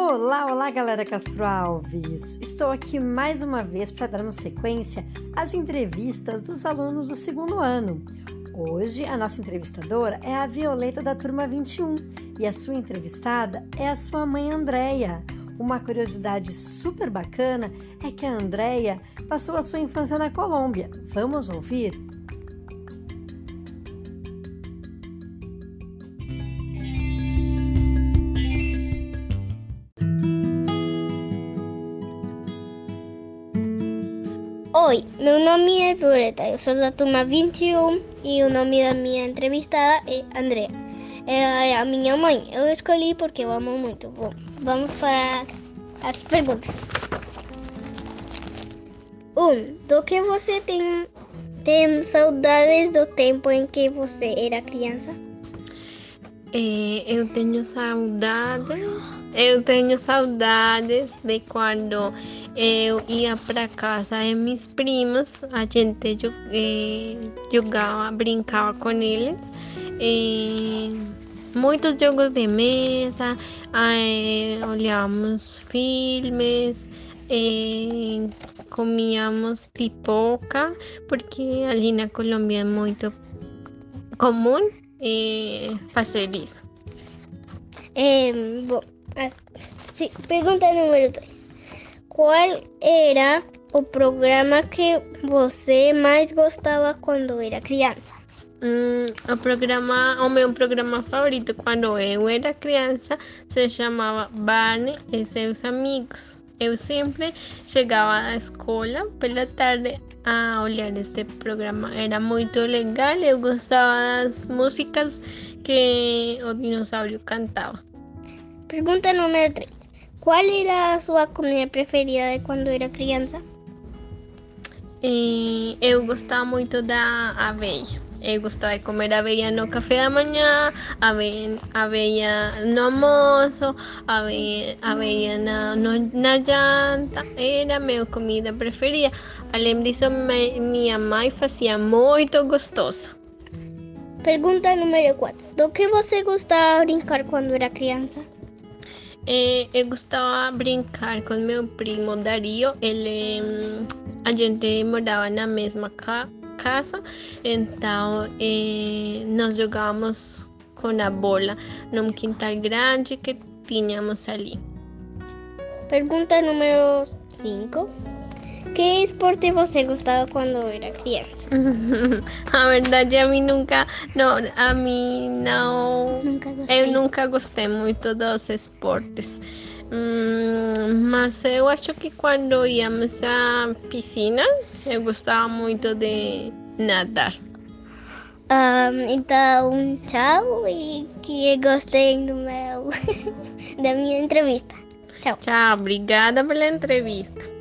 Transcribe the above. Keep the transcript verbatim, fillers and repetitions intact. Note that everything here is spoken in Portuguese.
Olá, olá, galera Castro Alves! Estou aqui mais uma vez para darmos sequência às entrevistas dos alunos do segundo ano. Hoje, a nossa entrevistadora é a Violeta da turma vinte e um e a sua entrevistada é a sua mãe Andréia. Uma curiosidade super bacana é que a Andréia passou a sua infância na Colômbia. Vamos ouvir? Oi, meu nome é Violeta, eu sou da turma vinte e um e o nome da minha entrevistada é Andréia. Ela é a minha mãe, eu escolhi porque eu amo muito. Bom, vamos para as, as perguntas. Um, do que você tem, tem saudades do tempo em que você era criança? É, eu tenho saudades, eu tenho saudades de quando eu ia para casa de meus primos, a gente eh, jogava, brincava com eles, eh, muitos jogos de mesa, eh, olhávamos filmes, eh, comíamos pipoca, porque ali na Colômbia é muito comum eh, fazer isso. É, bom, a, sim, pergunta número dois. Qual era o programa que você mais gostava quando era criança? Hum, o programa, o meu programa favorito quando eu era criança se chamava Barney e seus amigos. Eu sempre chegava à escola pela tarde a olhar este programa. Era muito legal, eu gostava das músicas que o dinossauro cantava. Pergunta número três. Qual era a sua comida preferida de quando era criança? E eu gostava muito da aveia. Eu gostava de comer aveia no café da manhã, aveia, aveia no almoço, aveia, aveia na, no, na janta. Era a minha comida preferida. Além disso, minha mãe fazia muito gostosa. Pergunta número quatro. Do que você gostava de brincar quando era criança? Eh, eu gostava de brincar com meu primo Dario. Ele, a gente morava na mesma ca casa, então eh, nós jogávamos com a bola num quintal grande que tínhamos ali. Pergunta número cinco. Que esporte você gostava quando era criança? A verdade, a mim nunca, não, a mim não, Nunca gostei. eu nunca gostei muito dos esportes. Hum, mas eu acho que quando íamos à piscina, eu gostava muito de nadar. Um, então, tchau e que gostei do meu, da minha entrevista. Tchau. Tchau, obrigada pela entrevista.